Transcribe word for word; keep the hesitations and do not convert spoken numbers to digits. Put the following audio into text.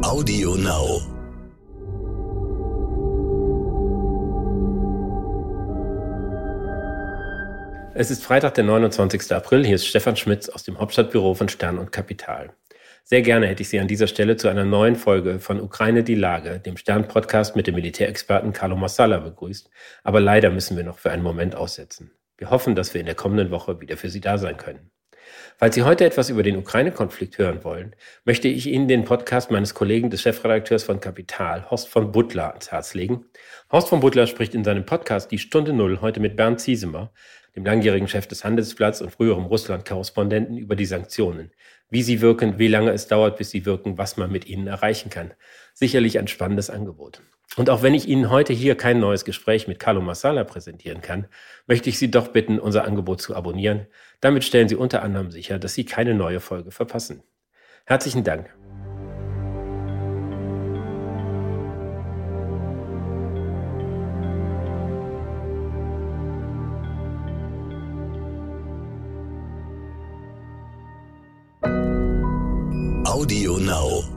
Audio Now. Es ist Freitag, der neunundzwanzigster April. Hier ist Stefan Schmitz aus dem Hauptstadtbüro von Stern und Kapital. Sehr gerne hätte ich Sie an dieser Stelle zu einer neuen Folge von Ukraine die Lage, dem Stern-Podcast mit dem Militärexperten Carlo Massala begrüßt. Aber leider müssen wir noch für einen Moment aussetzen. Wir hoffen, dass wir in der kommenden Woche wieder für Sie da sein können. Falls Sie heute etwas über den Ukraine-Konflikt hören wollen, möchte ich Ihnen den Podcast meines Kollegen des Chefredakteurs von Kapital, Horst von Butler, ans Herz legen. Horst von Butler spricht in seinem Podcast Die Stunde Null heute mit Bernd Ziesemer, dem langjährigen Chef des Handelsblatts und früherem Russland-Korrespondenten, über die Sanktionen. Wie sie wirken, wie lange es dauert, bis sie wirken, was man mit ihnen erreichen kann. Sicherlich ein spannendes Angebot. Und auch wenn ich Ihnen heute hier kein neues Gespräch mit Carlo Massala präsentieren kann, möchte ich Sie doch bitten, unser Angebot zu abonnieren. Damit stellen Sie unter anderem sicher, dass Sie keine neue Folge verpassen. Herzlichen Dank. Audio Now.